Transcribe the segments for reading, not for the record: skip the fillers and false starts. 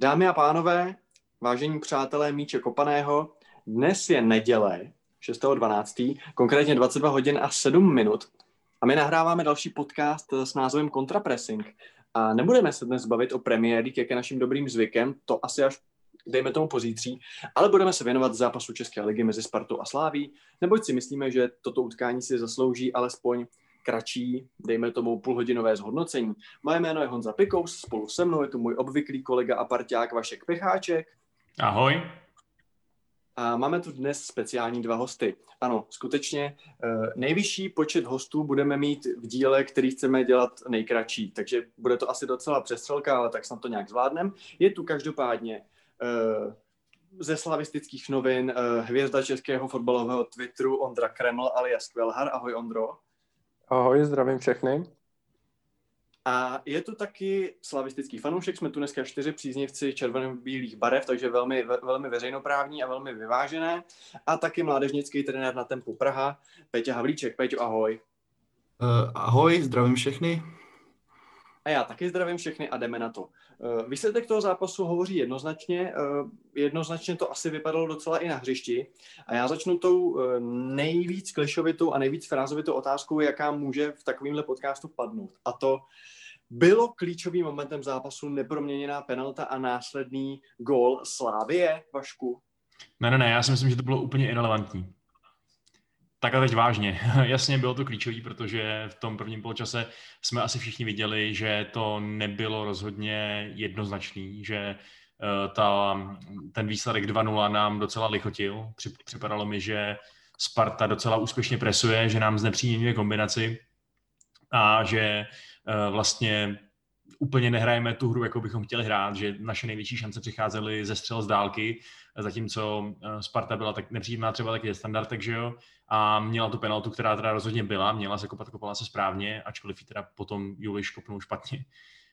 Dámy a pánové, vážení přátelé míče kopaného, dnes je neděle 6.12., konkrétně 22 hodin a 7 minut a my nahráváme další podcast s názvem Contrapressing. A nebudeme se dnes bavit o Premier League, jak je naším dobrým zvykem, to asi až dejme tomu pozítří, ale budeme se věnovat zápasu České ligy mezi Spartou a Slaví, neboť si myslíme, že toto utkání si zaslouží alespoň kratší, dejme tomu půlhodinové zhodnocení. Moje jméno je Honza Pikous, spolu se mnou je tu můj obvyklý kolega a parťák Vašek Pecháček. Ahoj. A máme tu dnes speciální dva hosty. Ano, skutečně nejvyšší počet hostů budeme mít v díle, který chceme dělat nejkratší, takže bude to asi docela přestřelka, ale tak snad to nějak zvládnem. Je tu každopádně ze slavistických novin hvězda českého fotbalového Twitteru Ondra Kreml alias Kvelhar. Ahoj Ondro. Ahoj, zdravím všechny. A je tu taky slavistický fanoušek, jsme tu dneska 4 příznivci červeno-bílých barev, takže velmi veřejnoprávní a velmi vyvážené. A taky mládežnický trenér na Tempu Praha, Péťa Havlíček. Péťo, ahoj. Ahoj, zdravím všechny. A já taky zdravím všechny a jdeme na to. Výsledek toho zápasu hovoří jednoznačně. Jednoznačně to asi vypadalo docela i na hřišti. A já začnu tou nejvíc klišovitou a nejvíc frázovitou otázkou, jaká může v takovémhle podcastu padnout. A to bylo klíčovým momentem zápasu neproměněná penalta a následný gól Slavie, Vašku? Ne, já si myslím, že to bylo úplně irelevantní. Tak a teď vážně. Jasně bylo to klíčový, protože v tom prvním poločase jsme asi všichni viděli, že to nebylo rozhodně jednoznačný, že ten výsledek 2-0 nám docela lichotil. Připadalo mi, že Sparta docela úspěšně presuje, že nám znepříjemňuje kombinaci a že vlastně úplně nehrajeme tu hru, jako bychom chtěli hrát, že naše největší šance přicházely ze střel z dálky, zatímco Sparta byla tak nepříjemná třeba taky ze standard, takže jo, a měla tu penaltu, která teda rozhodně byla, měla se kopat, kopala se správně, ačkoliv ji teda potom Juliš kopnul špatně.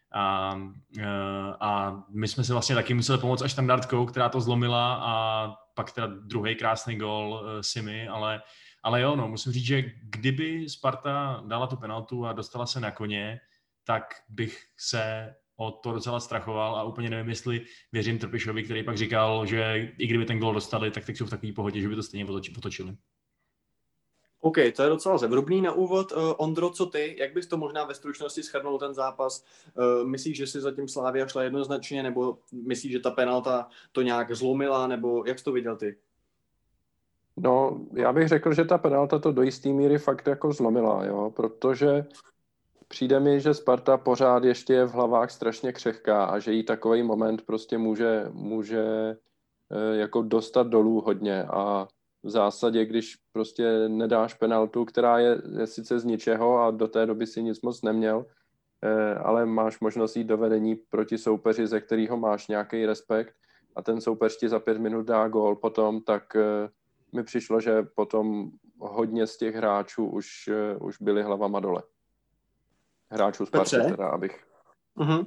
A my jsme si vlastně taky museli pomoct až standardkou, která to zlomila, a pak teda druhý krásný gól Simy, ale jo, no, musím říct, že kdyby Sparta dala tu penaltu a dostala se na koně, tak bych se o to docela strachoval a úplně nevím, jestli věřím Trpišovi, který pak říkal, že i kdyby ten gól dostali, tak jsou v takové pohodě, že by to stejně potočili. OK, to je docela zevrubný na úvod. Ondro, co ty? Jak bys to možná ve stručnosti shrnul ten zápas? Myslíš, že si zatím Slavia šla jednoznačně, nebo myslíš, že ta penalta to nějak zlomila, nebo jak jsi to viděl ty? No, já bych řekl, že ta penalta to do jistý míry fakt jako zlomila, jo, protože přijde mi, že Sparta pořád ještě je v hlavách strašně křehká a že jí takový moment prostě může jako dostat dolů hodně, a v zásadě, když prostě nedáš penaltu, která je sice z ničeho a do té doby si nic moc neměl, ale máš možnost jít do vedení proti soupeři, ze kterého máš nějaký respekt, a ten soupeř ti za 5 minut dá gól potom, tak mi přišlo, že potom hodně z těch hráčů už byli hlavama dole. Hráčů Sparty teda, abych... Uh-huh.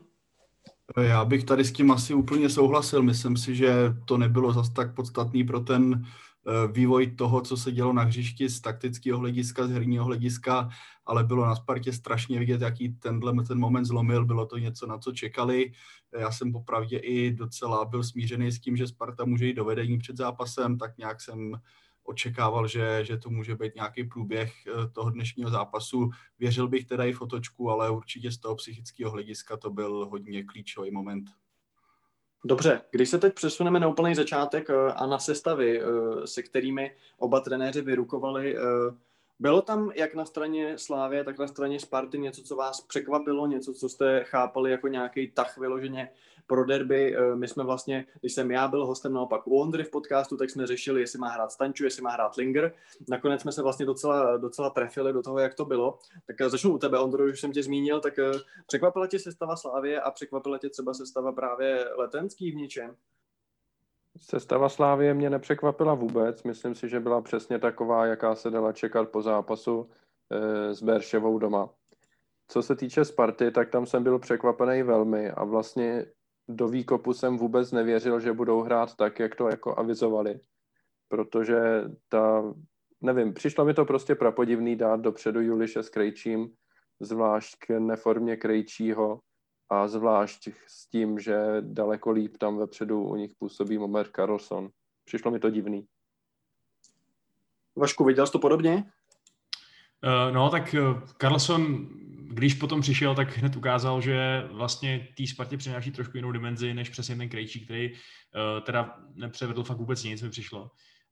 Já bych tady s tím asi úplně souhlasil. Myslím si, že to nebylo zas tak podstatný pro ten vývoj toho, co se dělo na hřišti z taktického hlediska, z herního hlediska, ale bylo na Spartě strašně vidět, jaký ten moment zlomil. Bylo to něco, na co čekali. Já jsem popravdě i docela byl smířený s tím, že Sparta může jít do vedení před zápasem, tak nějak jsem očekával, že to může být nějaký průběh toho dnešního zápasu. Věřil bych teda i v otočku, ale určitě z toho psychického hlediska to byl hodně klíčový moment. Dobře, když se teď přesuneme na úplný začátek a na sestavy, se kterými oba trenéři vyrukovali, bylo tam jak na straně Slavie, tak na straně Sparty něco, co vás překvapilo, něco, co jste chápali jako nějaký tah vyloženě pro derby? My jsme vlastně, když jsem já byl hostem naopak u Ondry v podcastu, tak jsme řešili, jestli má hrát Stanču, jestli má hrát Linger. Nakonec jsme se vlastně docela trefili do toho, jak to bylo. Tak začnu u tebe, Ondro, už jsem tě zmínil, tak překvapila tě sestava Slavie a překvapila tě třeba sestava právě Letenský v něčem? Sestava Slávie mě nepřekvapila vůbec. Myslím si, že byla přesně taková, jaká se dala čekat po zápasu s Berševou doma. Co se týče Sparty, tak tam jsem byl překvapený velmi a vlastně do výkopu jsem vůbec nevěřil, že budou hrát tak, jak to jako avizovali. Protože přišlo mi to prostě prapodivný dát dopředu Juliše s Krejčím, zvlášť k neformě Krejčího. a zvlášť s tím, že daleko líp tam vepředu u nich působí Omer Carlson. Přišlo mi to divný. Vašku, viděl jsi to podobně? No, tak Carlson, když potom přišel, tak hned ukázal, že vlastně té Spartě přináší trošku jinou dimenzi, než přesně ten Krejčí, který teda nepřevedl fakt vůbec nic, mi přišlo.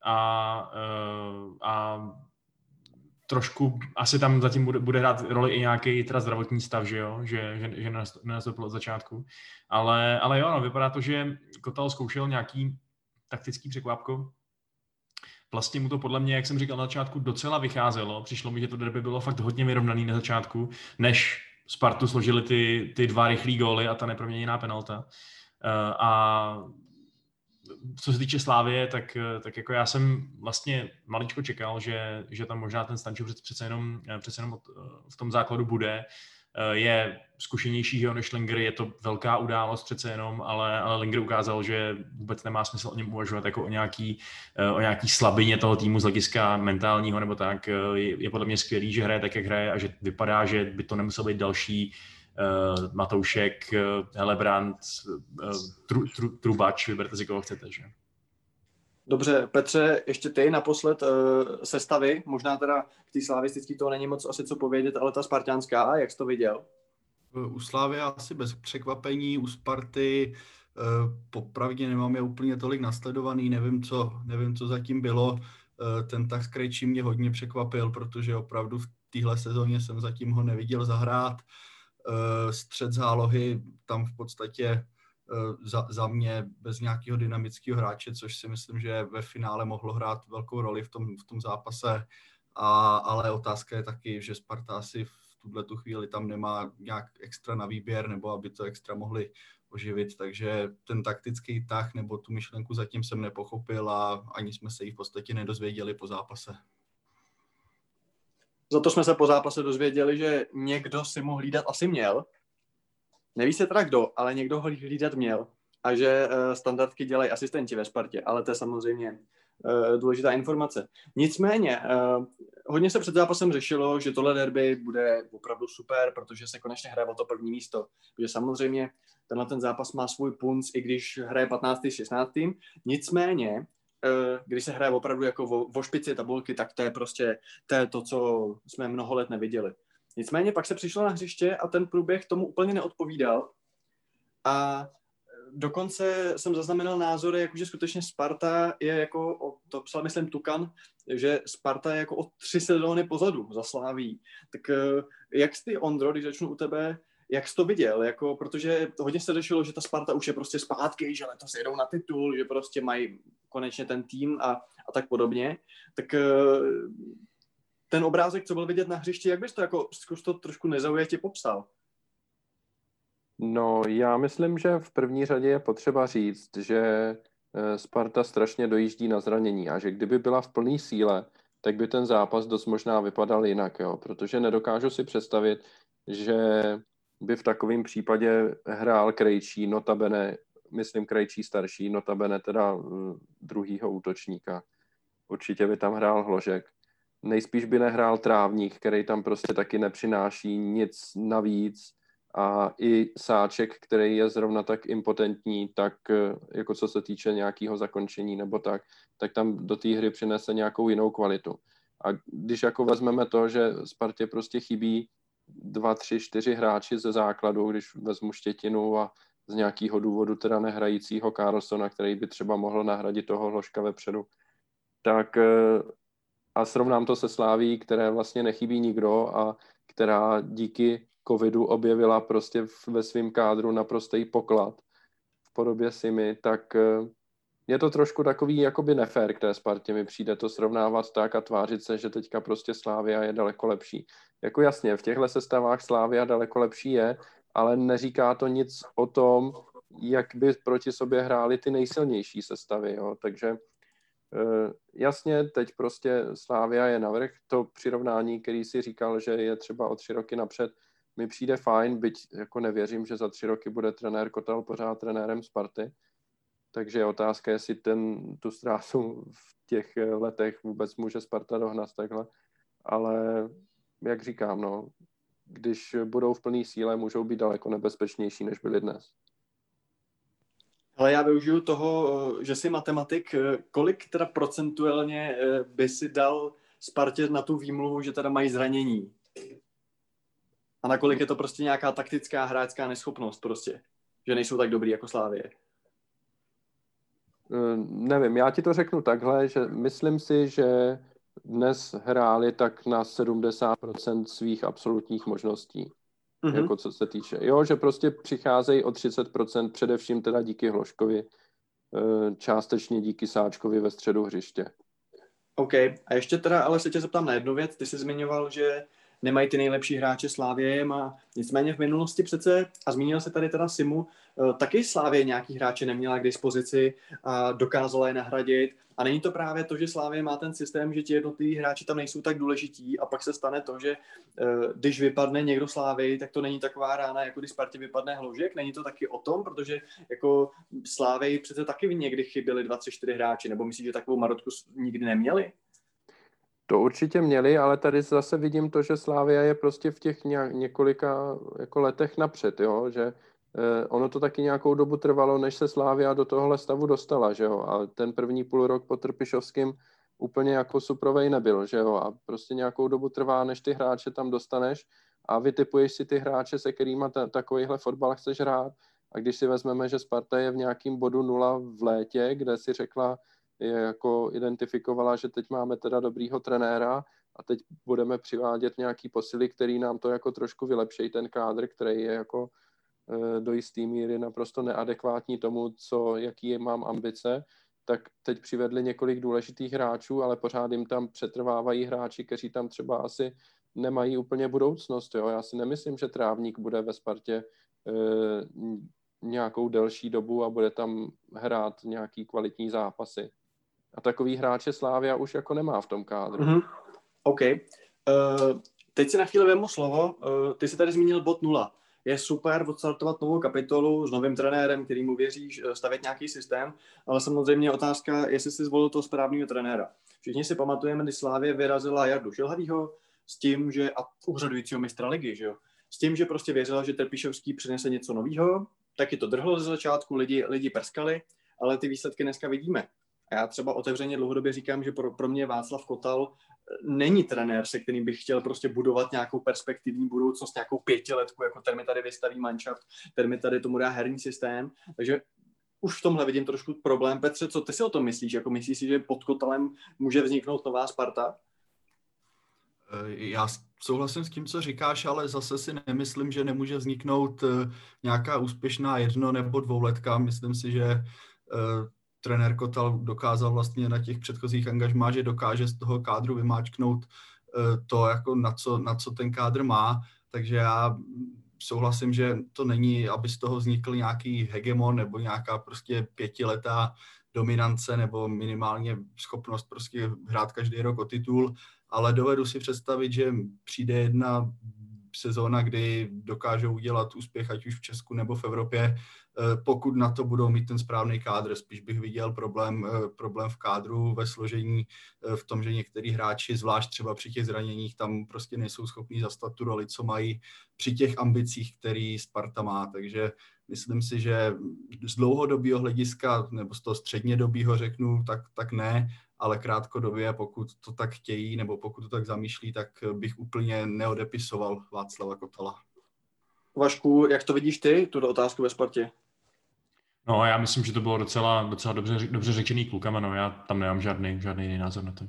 A trošku asi tam zatím bude hrát roli i nějaký teda zdravotní stav, že jo, že nenastoupil od začátku. Ale jo, no, vypadá to, že Kotal zkoušel nějaký taktický překvápko. Vlastně mu to podle mě, jak jsem říkal na začátku, docela vycházelo. Přišlo mi, že to derby bylo fakt hodně vyrovnaný na začátku, než Spartu složili ty dva rychlý góly a ta neproměněná penalta. A co se týče Slávie, tak jako já jsem vlastně maličko čekal, že tam možná ten Stančo přece jenom v tom základu bude. Je zkušenější, že než Linger, je to velká událost přece jenom, ale Linger ukázal, že vůbec nemá smysl o něm uvažovat jako o nějaký slabině toho týmu z hlediska mentálního nebo tak. Je podle mě skvělý, že hraje tak, jak hraje a že vypadá, že by to nemusel být další Matoušek, Helebrant, Trubač, vyberte si, koho chcete, že? Dobře, Petře, ještě ty naposled sestavy, možná teda k té slavistický toho není moc asi co povědět, ale ta sparťánská, jak jsi to viděl? U Slávy asi bez překvapení, u Sparty popravdě nemám je úplně tolik nasledovaný, nevím, co zatím bylo. Ten tak s Krejčím mě hodně překvapil, protože opravdu v téhle sezóně jsem zatím ho neviděl zahrát. Střed zálohy tam v podstatě za mě bez nějakého dynamického hráče, což si myslím, že ve finále mohlo hrát velkou roli v tom zápase. Ale otázka je taky, že Sparta asi v tuhletu chvíli tam nemá nějak extra na výběr, nebo aby to extra mohli oživit, takže ten taktický tah nebo tu myšlenku zatím jsem nepochopil a ani jsme se ji v podstatě nedozvěděli po zápase. Za to jsme se po zápase dozvěděli, že někdo si mu hlídat asi měl. Neví se teda kdo, ale někdo ho hlídat měl. A že standardky dělají asistenti ve Spartě, ale to je samozřejmě důležitá informace. Nicméně, hodně se před zápasem řešilo, že tohle derby bude opravdu super, protože se konečně hraje o to první místo. Protože samozřejmě ten zápas má svůj punc, i když hraje 15. 16. Nicméně, když se hraje opravdu jako o špici tabulky, tak to je prostě to, co jsme mnoho let neviděli. Nicméně pak se přišlo na hřiště a ten průběh tomu úplně neodpovídal. A dokonce jsem zaznamenal názory, jako že skutečně Sparta je jako, to psal myslím Tukan, že Sparta je jako o 3 sezóny pozadu za Sláví. Tak jak jsi ty, Ondro, když začnu u tebe, jak jsi to viděl? Jako, protože hodně se řešilo, že ta Sparta už je prostě zpátky, že letos jedou na titul, že prostě mají konečně ten tým a tak podobně. Tak ten obrázek, co byl vidět na hřišti, jak bys to jako zkus to trošku nezaujatě popsal? No, já myslím, že v první řadě je potřeba říct, že Sparta strašně dojíždí na zranění a že kdyby byla v plné síle, tak by ten zápas dost možná vypadal jinak, jo? Protože nedokážu si představit, že by v takovém případě hrál Krejčí, notabene, myslím Krejčí starší, notabene teda druhýho útočníka. Určitě by tam hrál Hložek. Nejspíš by nehrál Trávník, který tam prostě taky nepřináší nic navíc. A i Sáček, který je zrovna tak impotentní, tak jako co se týče nějakého zakončení nebo tak tam do té hry přinese nějakou jinou kvalitu. A když jako vezmeme to, že Spartě prostě chybí 2, 3, 4 hráči ze základu, když vezmu Štětinu a z nějakého důvodu teda nehrajícího Carlsona, který by třeba mohl nahradit toho Hložka vepředu, tak a srovnám to se Sláví, které vlastně nechybí nikdo a která díky covidu objevila prostě ve svém kádru naprostý poklad v podobě Simy, tak je to trošku takový jakoby nefér k té Spartě. Mi přijde to srovnávat tak a tvářit se, že teďka prostě Slavia je daleko lepší. Jako jasně, v těchto sestavách Slavia daleko lepší je, ale neříká to nic o tom, jak by proti sobě hrály ty nejsilnější sestavy. Jo? Takže jasně, teď prostě Slavia je navrch. To přirovnání, který si říkal, že je třeba o 3 roky napřed, mi přijde fajn, byť jako nevěřím, že za 3 roky bude trenér Kotal pořád trenérem Sparty. Takže je otázka, jestli tu ztrátu v těch letech vůbec může Sparta dohnat takhle. Ale jak říkám, no, když budou v plné síle, můžou být daleko nebezpečnější, než byli dnes. Ale já využiju toho, že jsi matematik. Kolik teda procentuálně by si dal Spartě na tu výmluvu, že teda mají zranění? A nakolik je to prostě nějaká taktická hráčská neschopnost prostě? Že nejsou tak dobrý jako Slavie? Nevím, já ti to řeknu takhle, že myslím si, že dnes hráli tak na 70% svých absolutních možností. Jako co se týče. Jo, že prostě přicházejí o 30%, především teda díky Hloškovi, částečně díky Sáčkovi ve středu hřiště. OK. A ještě teda, ale se tě zeptám na jednu věc. Ty jsi zmiňoval, že nemají ty nejlepší hráče Slávie, a nicméně v minulosti přece, a zmínil se tady teda Simu, taky Slávie nějaký hráče neměla k dispozici a dokázala je nahradit. A není to právě to, že Slávie má ten systém, že ti jednotliví hráči tam nejsou tak důležití a pak se stane to, že když vypadne někdo Slávii, tak to není taková rána, jako když Spartě vypadne Hložek. Není to taky o tom, protože jako Slávii přece taky někdy chyběli 24 hráči, nebo myslíš, že takovou marotku nikdy neměli? To určitě měli, ale tady zase vidím to, že Slavia je prostě v těch několika jako letech napřed, jo? Že ono to taky nějakou dobu trvalo, než se Slavia do tohohle stavu dostala, že jo? A ten první půl rok po Trpišovským úplně jako suprovej nebyl, že jo? A prostě nějakou dobu trvá, než ty hráče tam dostaneš a vytipuješ si ty hráče, se kterýma takovýhle fotbal chceš hrát. A když si vezmeme, že Sparta je v nějakým bodu 0 v létě, kde si řekla, je jako identifikovala, že teď máme teda dobrýho trenéra a teď budeme přivádět nějaký posily, který nám to jako trošku vylepšejí ten kádr, který je jako do jistý míry naprosto neadekvátní tomu, jaký mám ambice, tak teď přivedli několik důležitých hráčů, ale pořád jim tam přetrvávají hráči, kteří tam třeba asi nemají úplně budoucnost. Jo? Já si nemyslím, že Trávník bude ve Spartě nějakou delší dobu a bude tam hrát nějaký kvalitní zápasy. A takový hráče Slavia už jako nemá v tom kádru. OK. Teď si na chvíli vemu slovo. Ty jsi tady zmínil bod 0. Je super odstartovat novou kapitolu s novým trenérem, kterýmu věříš, stavět nějaký systém, ale samozřejmě je otázka, jestli jsi zvolil toho správného trenéra. Všichni si pamatujeme, když Slavie vyrazila Jardu Šilhavýho s tím, že a úřadujícího mistra ligy, že jo? S tím, že prostě věřila, že Trpišovský přinese něco nového, taky to drhlo ze začátku, lidi prskali, ale ty výsledky dneska vidíme. A já třeba otevřeně dlouhodobě říkám, že pro mě Václav Kotal není trenér, se kterým bych chtěl prostě budovat nějakou perspektivní budoucnost, nějakou 5letku, jako ten mi tady vystaví manšaft, ten mi tady tomu dá herní systém. Takže už v tomhle vidím trošku problém. Petře, co ty si o tom myslíš? Jako myslíš si, že pod Kotalem může vzniknout nová Sparta? Já souhlasím s tím, co říkáš, ale zase si nemyslím, že nemůže vzniknout nějaká úspěšná 1 nebo 2letka. Myslím si, že trenér Kotal dokázal vlastně na těch předchozích angažmá, že dokáže z toho kádru vymáčknout to, jako na co ten kádr má. Takže já souhlasím, že to není, aby z toho vznikl nějaký hegemon nebo nějaká prostě 5letá dominance nebo minimálně schopnost prostě hrát každý rok o titul, ale dovedu si představit, že přijde jedna sezóna, kdy dokážou udělat úspěch, ať už v Česku nebo v Evropě, pokud na to budou mít ten správný kádr. Spíš bych viděl problém v kádru, ve složení, v tom, že některý hráči, zvlášť třeba při těch zraněních, tam prostě nejsou schopní zastat tu roli, co mají při těch ambicích, který Sparta má. Takže myslím si, že z dlouhodobého hlediska, nebo z toho střednědobého řeknu, tak ne, ale krátkodobě, pokud to tak chtějí, nebo pokud to tak zamýšlí, tak bych úplně neodepisoval Václava Kotala. Vašku, jak to vidíš ty, tuto otázku ve Spartě? No, já myslím, že to bylo docela dobře řečený klukama, no, já tam nemám žádný jiný názor na to.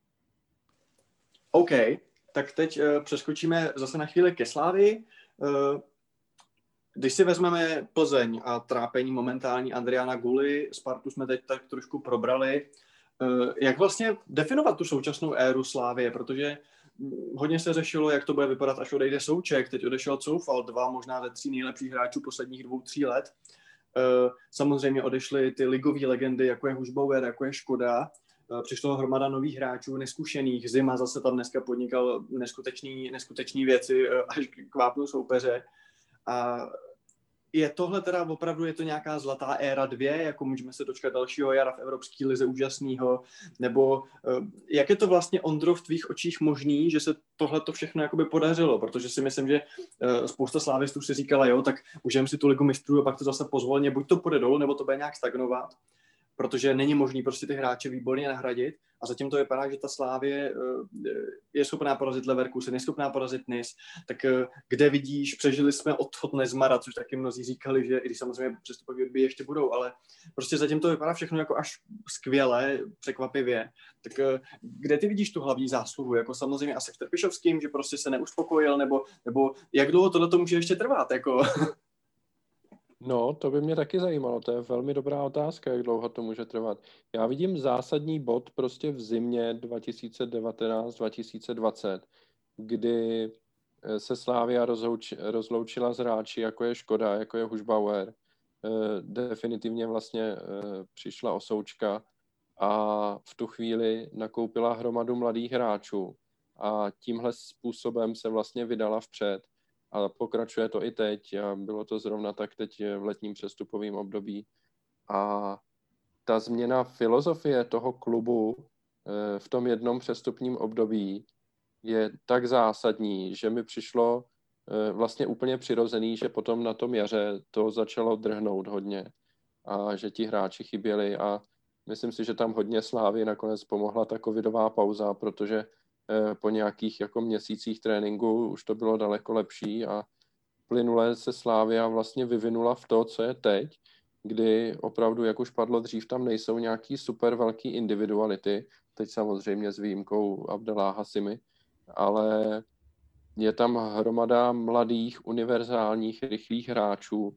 OK, tak teď přeskočíme zase na chvíli ke Slávii. Když si vezmeme Plzeň a trápení momentální Adriana Guly, Spartu jsme teď tak trošku probrali. Jak vlastně definovat tu současnou éru Slávie, protože hodně se řešilo, jak to bude vypadat, až odejde Souček, teď odešel Coufal, 2 možná ze 3 nejlepších hráčů posledních 2-3 let. Samozřejmě odešly ty ligové legendy, jako je Hušbauer, jako je Škoda. Přišlo hromada nových hráčů, neskušených. Zima zase tam dneska podnikal neskutečný věci, až kvápnul soupeře. A je tohle teda opravdu, je to nějaká zlatá éra 2, jako můžeme se dočkat dalšího jara v Evropské lize úžasného, nebo jak je to vlastně, Ondro, v tvých očích možný, že se tohle to všechno jakoby podařilo, protože si myslím, že spousta slávistů si říkala, jo, tak užijeme si tu ligu mistrů a pak to zase pozvolně, buď to půjde dolů, nebo to bude nějak stagnovat, protože není možný prostě ty hráče výborně nahradit a zatím to vypadá, že ta Slávie je schopná porazit Leverkusen, je schopná porazit Nice, tak kde vidíš, přežili jsme odchod Nezmara, což taky mnozí říkali, že i když samozřejmě přestupové odby ještě budou, ale prostě zatím to vypadá všechno jako až skvěle, překvapivě, tak kde ty vidíš tu hlavní zásluhu, jako samozřejmě asi v Trpišovským, že prostě se neuspokojil, nebo jak dlouho tohle to může ještě trvat, jako... No, to by mě taky zajímalo, to je velmi dobrá otázka, jak dlouho to může trvat. Já vidím zásadní bod prostě v zimě 2019-2020, kdy se Slavia rozloučila s hráči, jako je Škoda, jako je Hušbauer. Definitivně vlastně přišla Osoučka a v tu chvíli nakoupila hromadu mladých hráčů a tímhle způsobem se vlastně vydala vpřed. A pokračuje to i teď. A bylo to zrovna tak teď v letním přestupovém období. A ta změna filozofie toho klubu v tom jednom přestupním období je tak zásadní, že mi přišlo vlastně úplně přirozený, že potom na tom jaře to začalo drhnout hodně a že ti hráči chyběli a myslím si, že tam hodně Slávy nakonec pomohla ta covidová pauza, protože po nějakých jako měsících tréninku už to bylo daleko lepší a plynule se Slavia vlastně vyvinula v to, co je teď, kdy opravdu, jak už padlo dřív, tam nejsou nějaký super velký individuality, teď samozřejmě s výjimkou Abdeláha Hasimi, ale je tam hromada mladých, univerzálních, rychlých hráčů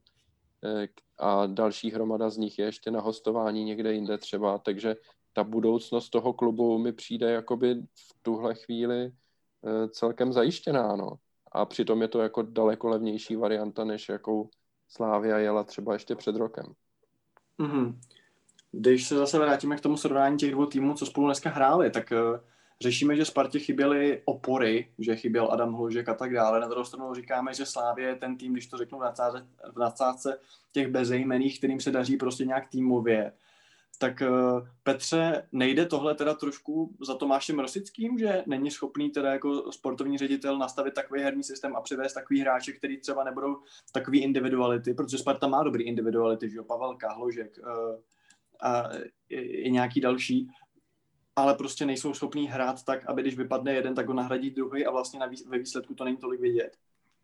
a další hromada z nich je ještě na hostování někde jinde třeba, takže ta budoucnost toho klubu mi přijde jakoby v tuhle chvíli celkem zajištěná, no. A přitom je to jako daleko levnější varianta, než jakou Slavia jela třeba ještě před rokem. Mm-hmm. Když se zase vrátíme k tomu srovnání těch dvou týmů, co spolu dneska hráli, tak řešíme, že Spartě chyběly opory, že chyběl Adam Hložek a tak dále. Na druhou stranu říkáme, že Slavie je ten tým, když to řeknu v nadsázce těch bezejmenných, kterým se daří prostě nějak týmově. Tak Petře, nejde tohle teda trošku za Tomášem Rosickým, že není schopný teda jako sportovní ředitel nastavit takový herní systém a přivést takový hráče, který třeba nebudou takový individuality, protože Sparta má dobrý individuality, že jo, Pavelka, Hložek a i nějaký další, ale prostě nejsou schopní hrát tak, aby když vypadne jeden, tak ho nahradí druhý a vlastně ve výsledku to není tolik vidět.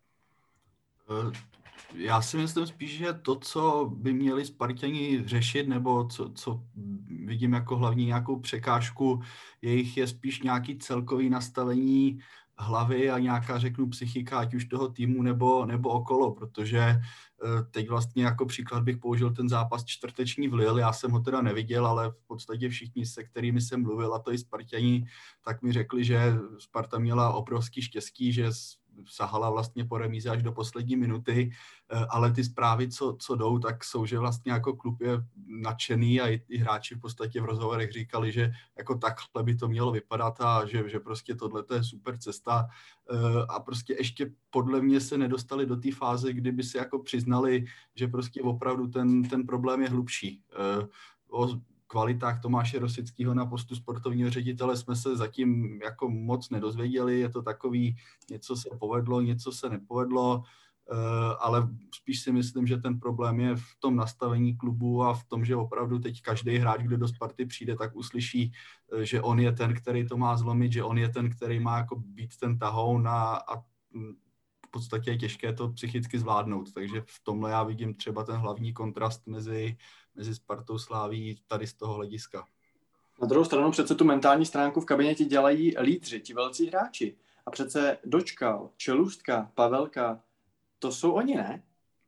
Já si myslím spíš, že to, co by měli Spartani řešit, nebo co vidím jako hlavní nějakou překážku jejich, je spíš nějaký celkový nastavení hlavy a nějaká, řeknu, psychika, ať už toho týmu nebo okolo, protože teď vlastně jako příklad bych použil ten zápas čtvrteční v Lille, já jsem ho teda neviděl, ale v podstatě všichni, se kterými jsem mluvil, a to i Spartani, tak mi řekli, že Sparta měla obrovský štěstí, že sahala vlastně po remíze až do poslední minuty, ale ty zprávy, co jdou, tak jsou, že vlastně jako klub je nadšený a i hráči v podstatě v rozhovorech říkali, že jako takhle by to mělo vypadat a že prostě tohle je super cesta a prostě ještě podle mě se nedostali do té fáze, kdyby se jako přiznali, že prostě opravdu ten problém je hlubší. O kvalitách Tomáše Rosického na postu sportovního ředitele jsme se zatím jako moc nedozvěděli, je to takový, něco se povedlo, něco se nepovedlo, ale spíš si myslím, že ten problém je v tom nastavení klubu a v tom, že opravdu teď každý hráč, kdo do Sparty přijde, tak uslyší, že on je ten, který to má zlomit, že on je ten, který má jako být ten tahoun a v podstatě je těžké to psychicky zvládnout, takže v tomhle já vidím třeba ten hlavní kontrast mezi Spartou Slaví tady z toho hlediska. Na druhou stranu přece tu mentální stránku v kabiněti dělají lídři, ti velcí hráči. A přece Dočkal, Čelůstka, Pavelka, to jsou oni, ne?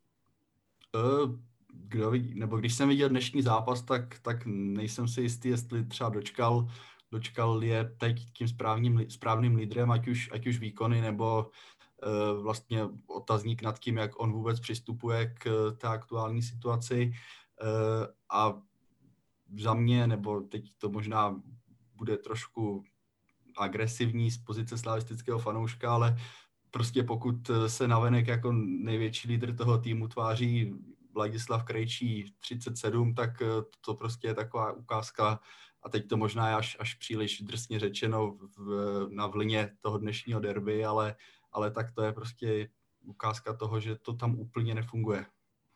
Kdo vidí, nebo když jsem viděl dnešní zápas, tak nejsem si jistý, jestli třeba Dočkal je teď tím správným lídrem, ať už výkony, nebo vlastně otazník nad tím, jak on vůbec přistupuje k té aktuální situaci. A za mě, nebo teď to možná bude trošku agresivní z pozice slavistického fanouška, ale prostě pokud se navenek jako největší lídr toho týmu tváří Ladislav Krejčí 37, tak to prostě je taková ukázka, a teď to možná je až příliš drsně řečeno na vlně toho dnešního derby, ale tak to je prostě ukázka toho, že to tam úplně nefunguje.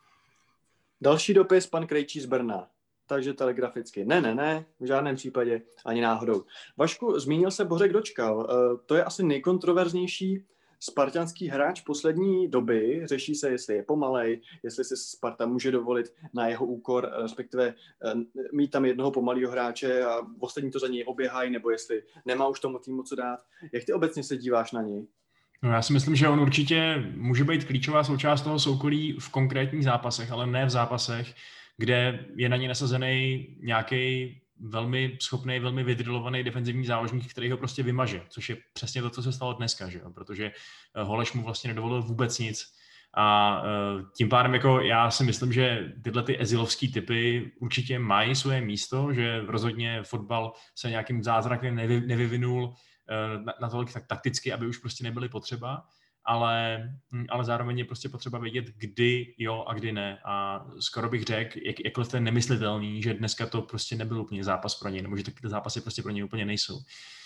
Další dopis, pan Krejčí z Brna. Takže telegraficky. Ne, v žádném případě ani náhodou. Vašku, zmínil se Bořek Dočkal. To je asi nejkontroverznější spartanský hráč poslední doby. Řeší se, jestli je pomalej, jestli si Sparta může dovolit na jeho úkor, respektive mít tam jednoho pomalého hráče a ostatní to za něj oběhají, nebo jestli nemá už tomu týmu co dát. Jak ty obecně se díváš na něj? No, já si myslím, že on určitě může být klíčová součást toho soukolí v konkrétních zápasech, ale ne v zápasech, kde je na ně nasazený nějaký velmi schopný, velmi vydrilovaný defenzivní záložník, který ho prostě vymaže, což je přesně to, co se stalo dneska, že jo? Protože Holeš mu vlastně nedovolil vůbec nic. A tím pádem jako já si myslím, že tyhle ty ezilovský typy určitě mají svoje místo, že rozhodně fotbal se nějakým zázrakem nevyvinul natolik tak takticky, aby už prostě nebyly potřeba, ale zároveň je prostě potřeba vědět, kdy jo a kdy ne. A skoro bych řekl, jakhle to je nemyslitelný, že dneska to prostě nebyl úplně zápas pro něj, nebo že ty zápasy prostě pro něj úplně nejsou.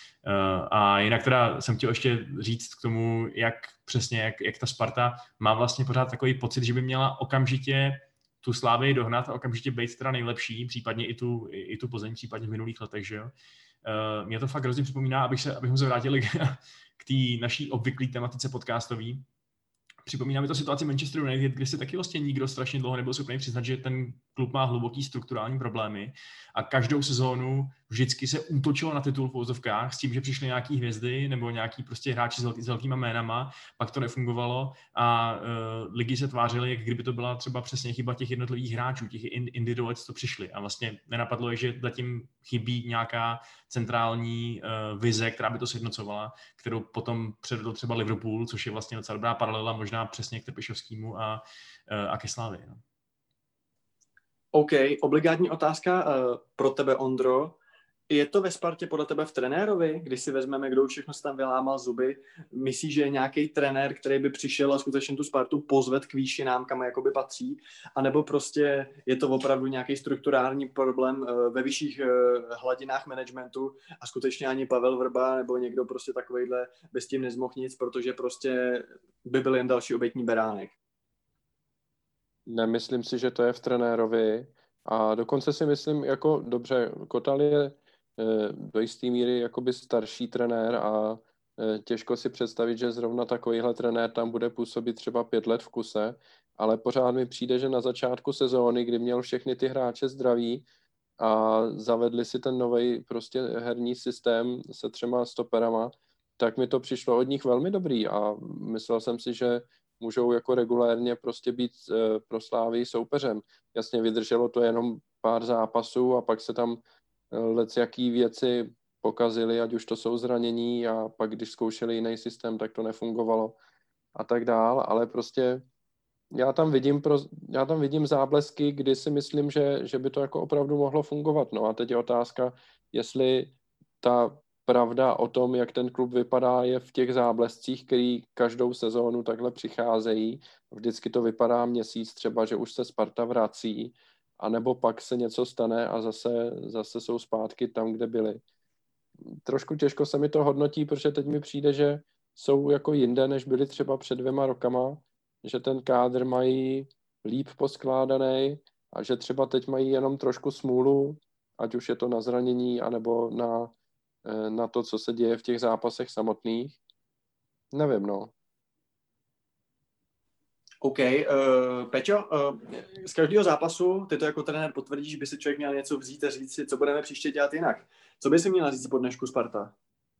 A jinak teda jsem chtěl ještě říct k tomu, jak přesně, jak ta Sparta má vlastně pořád takový pocit, že by měla okamžitě tu Slávii dohnat a okamžitě být teda nejlepší, případně i tu Plzeň, případně v minulých letech, že jo. Mě to fakt hrozně připomíná, abychom se vrátili k té naší obvyklé tematice podcastový. Připomíná mi to situaci Manchester United, kde se taky vlastně nikdo strašně dlouho nebyl schopný přiznat, že ten klub má hluboký strukturální problémy a každou sezónu vždycky se útočilo na titul v úzovkách s tím, že přišly nějaký hvězdy nebo nějaký prostě hráči s velkýma jménama, pak to nefungovalo a ligy se tvářily, jak kdyby to byla třeba přesně chyba těch jednotlivých hráčů, těch individualistů, co přišli a vlastně nenapadlo je, že zatím chybí nějaká centrální vize, která by to sjednocovala, kterou potom předvedl třeba Liverpool, což je vlastně docela dobrá paralela možná přesně k Trpišovskému a ke Slávii. No. OK, obligátní otázka pro tebe, Ondro. Je to ve Spartě podle tebe v trenérovi, když si vezmeme, kdo všechno se tam vylámal zuby? Myslíš, že je nějaký trenér, který by přišel a skutečně tu Spartu pozved k výšinám, kam jakoby patří? A nebo prostě je to opravdu nějaký strukturální problém ve vyšších hladinách managementu a skutečně ani Pavel Vrba nebo někdo prostě takovejhle by s tím nezmohl nic, protože prostě by byl jen další obětní beránek? Nemyslím si, že to je v trenérovi a dokonce si myslím, jako dobře, Kotal je do jisté míry jakoby starší trenér a těžko si představit, že zrovna takovýhle trenér tam bude působit třeba 5 let v kuse, ale pořád mi přijde, že na začátku sezóny, kdy měl všechny ty hráče zdraví a zavedli si ten nový prostě herní systém se 3 stoperama, tak mi to přišlo od nich velmi dobrý a myslel jsem si, že můžou jako regulérně prostě být pro Slávii soupeřem. Jasně vydrželo to jenom pár zápasů a pak se tam lecjaký věci pokazily, ať už to jsou zranění a pak když zkoušeli jiný systém, tak to nefungovalo a tak dál, ale prostě já tam vidím záblesky, kdy si myslím, že by to jako opravdu mohlo fungovat. No a teď je otázka, jestli ta pravda o tom, jak ten klub vypadá, je v těch záblescích, který každou sezónu takhle přicházejí. Vždycky to vypadá měsíc třeba, že už se Sparta vrací, anebo pak se něco stane a zase jsou zpátky tam, kde byli. Trošku těžko se mi to hodnotí, protože teď mi přijde, že jsou jako jinde, než byli třeba před 2 rokama, že ten kádr mají líp poskládaný a že třeba teď mají jenom trošku smůlu, ať už je to na zranění, anebo na to, co se děje v těch zápasech samotných. Nevím, no. OK. Peťo, z každého zápasu, ty to jako trenér potvrdíš, by si člověk měl něco vzít a říct si, co budeme příště dělat jinak. Co by si měla říct po dnešku Sparta?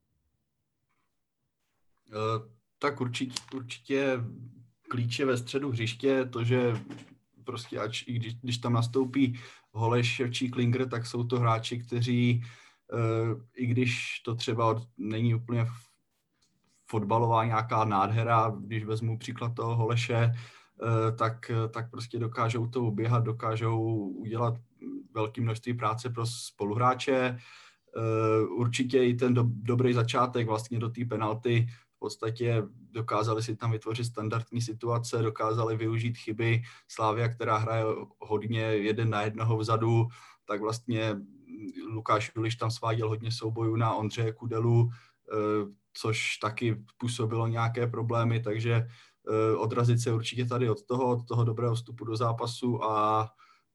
Tak určitě klíče ve středu hřiště, to, že prostě i když tam nastoupí Holeš či Klinger, tak jsou to hráči, kteří i když to třeba není úplně fotbalová nějaká nádhera, když vezmu příklad toho Holeše, tak prostě dokážou to uběhat, dokážou udělat velké množství práce pro spoluhráče. Určitě i ten dobrý začátek vlastně do té penalty v podstatě dokázali si tam vytvořit standardní situace, dokázali využít chyby. Slavia, která hraje hodně 1-1 vzadu, tak vlastně Lukáš Juliš tam sváděl hodně soubojů na Ondřeje Kudelu, což taky působilo nějaké problémy, takže odrazit se určitě tady od toho dobrého vstupu do zápasu a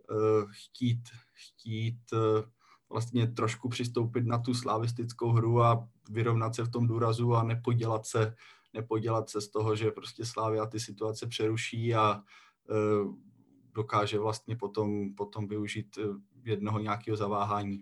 chtít vlastně trošku přistoupit na tu slavistickou hru a vyrovnat se v tom důrazu a nepodělat se z toho, že prostě Slavia ty situace přeruší a dokáže vlastně potom využít jednoho nějakého zaváhání.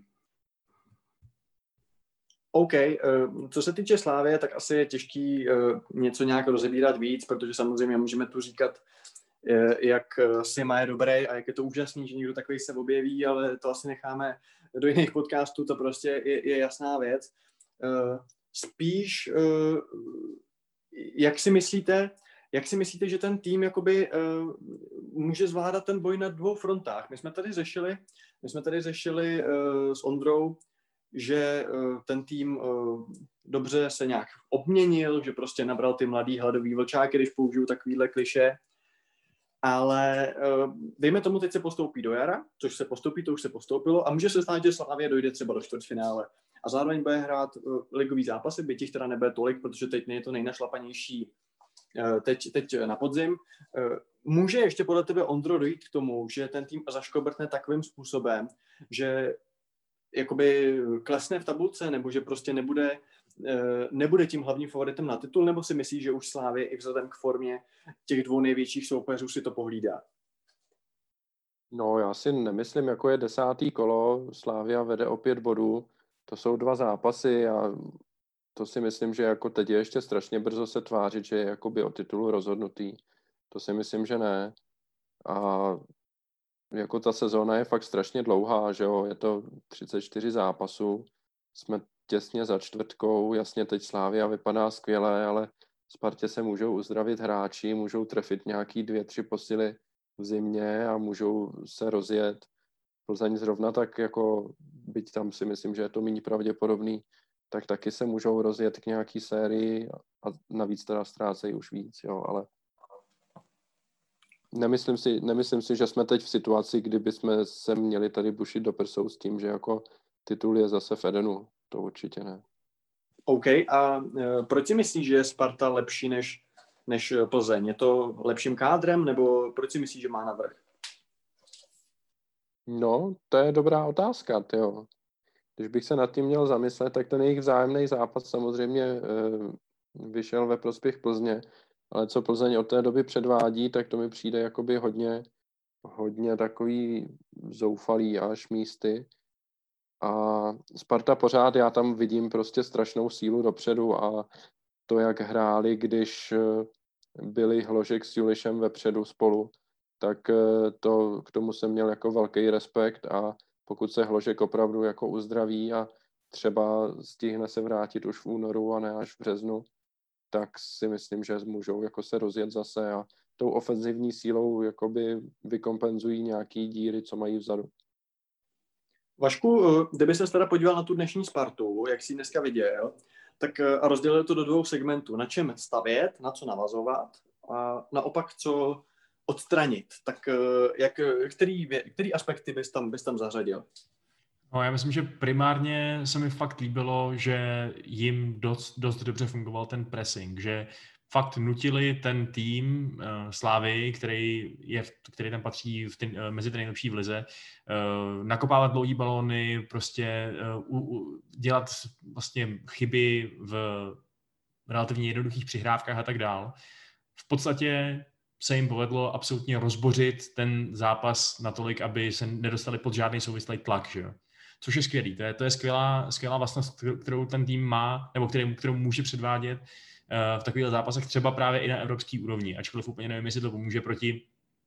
OK, co se týče Slavie, tak asi je těžký něco nějak rozebírat víc, protože samozřejmě můžeme tu říkat, jak Sima je dobrý a jak je to úžasný, že někdo takový se objeví, ale to asi necháme do jiných podcastů, to prostě je jasná věc. Spíš, jak si myslíte, že ten tým jakoby může zvládat ten boj na dvou frontách? My jsme tady řešili s Ondrou, že ten tým dobře se nějak obměnil, že prostě nabral ty mladý hladový vlčáky, když použiju takovýhle kliše. Ale dejme tomu, teď se postoupí do jara, což se postoupí, to už se postoupilo a může se stát, že Slavia dojde třeba do čtvrtfinále a zároveň bude hrát ligový zápasy, byť jich teda nebude tolik, protože teď je to nejnašlapanější teď na podzim. Může ještě podle tebe, Ondro, dojít k tomu, že ten tým zaškobrtne takovým způsobem, že jakoby klesne v tabulce, nebo že prostě nebude tím hlavním favoritem na titul, nebo si myslíš, že už Slavie i vzhledem k formě těch dvou největších soupeřů si to pohlídá? No, já si nemyslím, jako je 10. kolo, Slavia vede o 5 bodů, to jsou 2 zápasy a to si myslím, že jako teď je ještě strašně brzo se tvářit, že je jakoby o titulu rozhodnutý. To si myslím, že ne. A jako ta sezóna je fakt strašně dlouhá, že jo, je to 34 zápasů, jsme těsně za čtvrtkou, jasně teď Slavia vypadá skvěle, ale Spartě se můžou uzdravit hráči, můžou trefit nějaký 2-3 posily v zimě a můžou se rozjet. Plzeň zrovna tak jako, byť tam si myslím, že je to méně pravděpodobný, tak taky se můžou rozjet k nějaký sérii a navíc teda ztrácejí už víc, jo, ale nemyslím si, že jsme teď v situaci, kdyby jsme se měli tady bušit do prsou s tím, že jako titul je zase v Edenu. To určitě ne. OK, a proč si myslíš, že je Sparta lepší než Plzeň? Je to lepším kádrem, nebo proč si myslíš, že má navrch? No, to je dobrá otázka, tyjo. Když bych se nad tím měl zamyslet, tak ten jejich vzájemný zápas samozřejmě vyšel ve prospěch Plzně, ale co Plzeň od té doby předvádí, tak to mi přijde jakoby hodně takový zoufalý až místy. A Sparta pořád, já tam vidím prostě strašnou sílu dopředu a to, jak hráli, když byli Hložek s Julišem vepředu spolu, tak to k tomu jsem měl jako velký respekt a pokud se Hložek opravdu jako uzdraví a třeba stihne se vrátit už v únoru a ne až v březnu, tak si myslím, že můžou jako se rozjet zase a tou ofenzivní sílou jakoby vykompenzují nějaký díry, co mají vzadu. Vašku, kdyby se teda podíval na tu dnešní Spartu, jak jsi ji dneska viděl, tak a rozdělil to do 2 segmentů. Na čem stavět, na co navazovat a naopak co odstranit. Tak který aspekty bys tam zařadil? No, já myslím, že primárně se mi fakt líbilo, že jim dost dobře fungoval ten pressing, že fakt nutili ten tým Slavii, který tam patří mezi ty nejlepší v lize, nakopávat dlouhý balóny, prostě dělat vlastně chyby v relativně jednoduchých přihrávkách a tak dál. V podstatě se jim povedlo absolutně rozbořit ten zápas natolik, aby se nedostali pod žádný souvislý tlak, že jo? Což je skvělý. To je skvělá vlastnost, kterou ten tým má, nebo kterou může předvádět v takových zápasech třeba právě i na evropské úrovni, ačkoliv úplně nevím, jestli to pomůže proti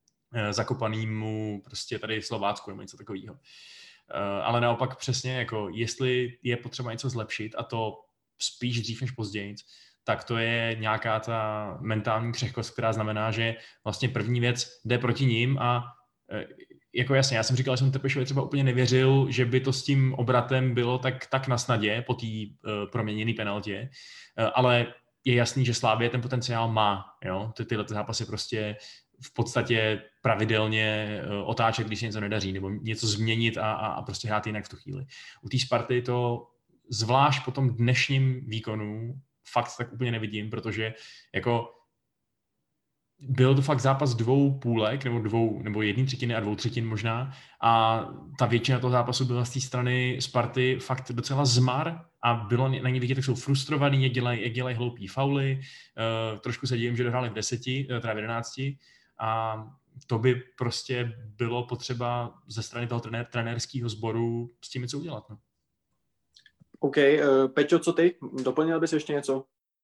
zakopanému prostě tady v Slovácku nebo něco takového. Ale naopak přesně, jako jestli je potřeba něco zlepšit, a to spíš dřív než později, tak to je nějaká ta mentální křehkost, která znamená, že vlastně první věc jde proti ním a jako jasně, já jsem říkal, že jsem Tepešovi třeba úplně nevěřil, že by to s tím obratem bylo tak na snadě po té proměněné penaltě, ale je jasný, že Slavia ten potenciál má. Jo? Tyhle zápasy prostě v podstatě pravidelně otáčet, když se něco nedaří, nebo něco změnit a prostě hrát jinak v tu chvíli. U té Sparty to zvlášť po tom dnešním výkonu fakt tak úplně nevidím, protože jako byl to fakt zápas 2 půlek, nebo 1/3 a 2/3 možná, a ta většina toho zápasu byla z té strany Sparty fakt docela zmar a bylo na ní vidět, jak jsou frustrovaní, jak dělají hloupý fauly, trošku se divím, že dohráli v 10, teda v 11, a to by prostě bylo potřeba ze strany toho trenérského sboru s tím něco udělat. No. OK, Peťo, co ty? Doplnil bys ještě něco?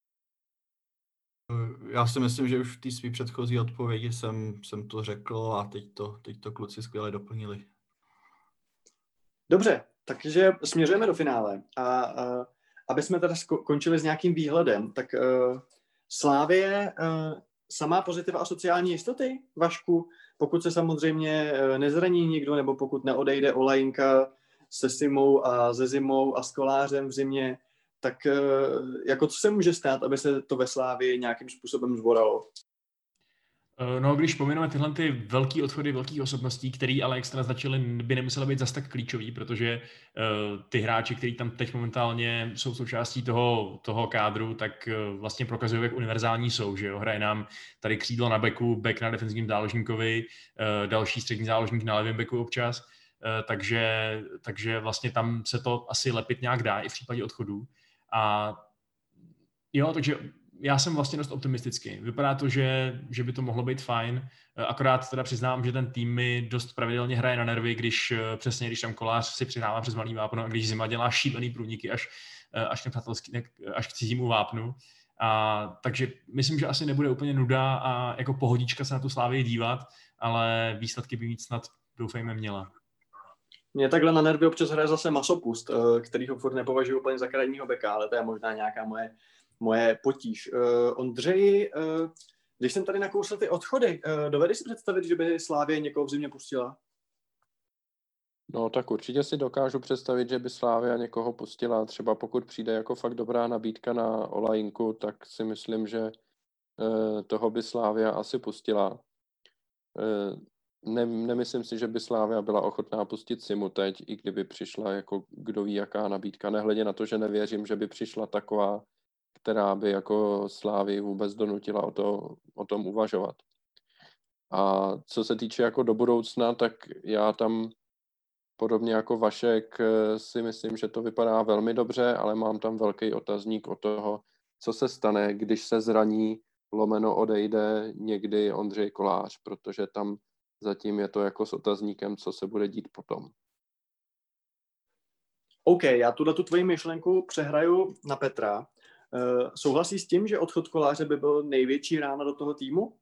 Já si myslím, že už v té své předchozí odpovědi jsem to řekl a teď to kluci skvěle doplnili. Dobře, takže směřujeme do finále. A aby jsme teda končili s nějakým výhledem, tak Slavie samá pozitiva a sociální jistoty, Vašku, pokud se samozřejmě nezraní nikdo, nebo pokud neodejde Olajinka se Simou a se Zimou a s Kolářem v zimě, tak jako co se může stát, aby se to ve Slávii nějakým způsobem zvoralo? No, když pomineme tyhle ty velký odchody velkých osobností, které ale jak jste naznačili, by nemusely být zas tak klíčový, protože ty hráči, kteří tam teď momentálně jsou součástí toho kádru, tak vlastně prokazují, jak univerzální jsou, že jo? Hraje nám tady křídlo na beku, bek na defenzivním záložníkovi, další střední záložník na levém beku občas, takže vlastně tam se to asi lepit nějak dá i v případě odchodů. A jo, takže já jsem vlastně dost optimistický. Vypadá to, že by to mohlo být fajn, akorát teda přiznám, že ten tým mi dost pravidelně hraje na nervy, když tam Kolář si přihrává přes malý vápno a když Zima dělá šílený průniky až k cizímu vápnu. Takže myslím, že asi nebude úplně nuda a jako pohodička se na tu Slávii dívat, ale výsledky by mít snad, doufejme, měla. Mě takhle na nervy občas hraje zase Masopust, kterýho furt nepovažuji úplně za krajního beka, ale to je možná nějaká moje potíž. Ondřej, když jsem tady nakousl ty odchody, dovedeš si představit, že by Slavie někoho v zimě pustila? No tak určitě si dokážu představit, že by Slavia někoho pustila. Třeba pokud přijde jako fakt dobrá nabídka na Olajinku, tak si myslím, že toho by Slavia asi pustila. Nemyslím si, že by Slavia byla ochotná pustit Simu teď, i kdyby přišla jako kdo ví jaká nabídka. Nehledě na to, že nevěřím, že by přišla taková, která by jako Slávii vůbec donutila o tom uvažovat. A co se týče jako do budoucna, tak já tam podobně jako Vašek si myslím, že to vypadá velmi dobře, ale mám tam velký otazník o toho, co se stane, když se zraní lomeno odejde někdy Ondřej Kolář, protože tam zatím je to jako s otazníkem, co se bude dít potom. OK, já tu tvoji myšlenku přehraju na Petra. Souhlasí s tím, že odchod Koláře by byl největší rána do toho týmu?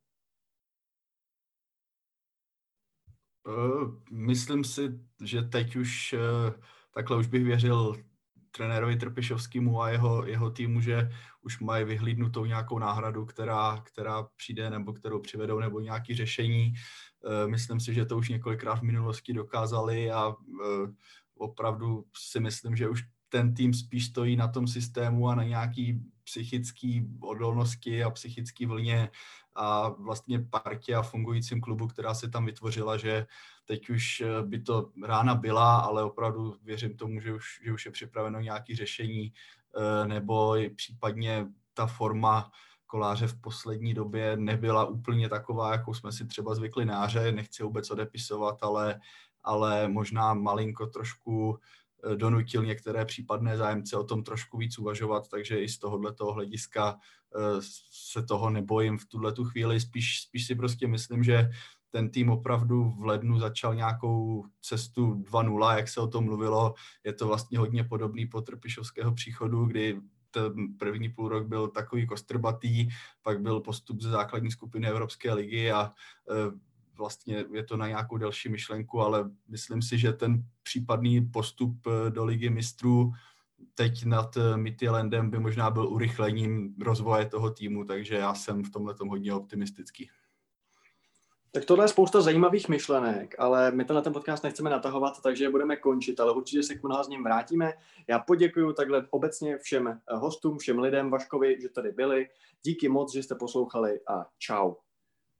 Myslím si, že teď už takhle už bych věřil trenérovi Trpišovskému a jeho týmu, že už mají vyhlídnutou nějakou náhradu, která přijde nebo kterou přivedou, nebo nějaké řešení. Myslím si, že to už několikrát v minulosti dokázali a opravdu si myslím, že už ten tým spíš stojí na tom systému a na nějaký psychický odolnosti a psychický vlně a vlastně partě a fungujícím klubu, která se tam vytvořila, že teď už by to rána byla, ale opravdu věřím tomu, že už je připraveno nějaké řešení, nebo případně ta forma Koláře v poslední době nebyla úplně taková, jakou jsme si třeba zvykli na jaře, nechci vůbec odepisovat, ale možná malinko trošku donutil některé případné zájemce o tom trošku víc uvažovat, takže i z tohoto hlediska se toho nebojím v tuhletu chvíli. Spíš si prostě myslím, že ten tým opravdu v lednu začal nějakou cestu 2.0, jak se o tom mluvilo. Je to vlastně hodně podobný po Trpišovského příchodu, kdy ten první půlrok byl takový kostrbatý, pak byl postup ze základní skupiny Evropské ligy a vlastně je to na nějakou delší myšlenku, ale myslím si, že ten případný postup do Ligy mistrů teď nad Midtjyllandem by možná byl urychlením rozvoje toho týmu, takže já jsem v tomhletom hodně optimistický. Tak tohle je spousta zajímavých myšlenek, ale my to na ten podcast nechceme natahovat, takže budeme končit, ale určitě se k mnoha z ním vrátíme. Já poděkuji takhle obecně všem hostům, všem lidem, Vaškovi, že tady byli. Díky moc, že jste poslouchali a čau.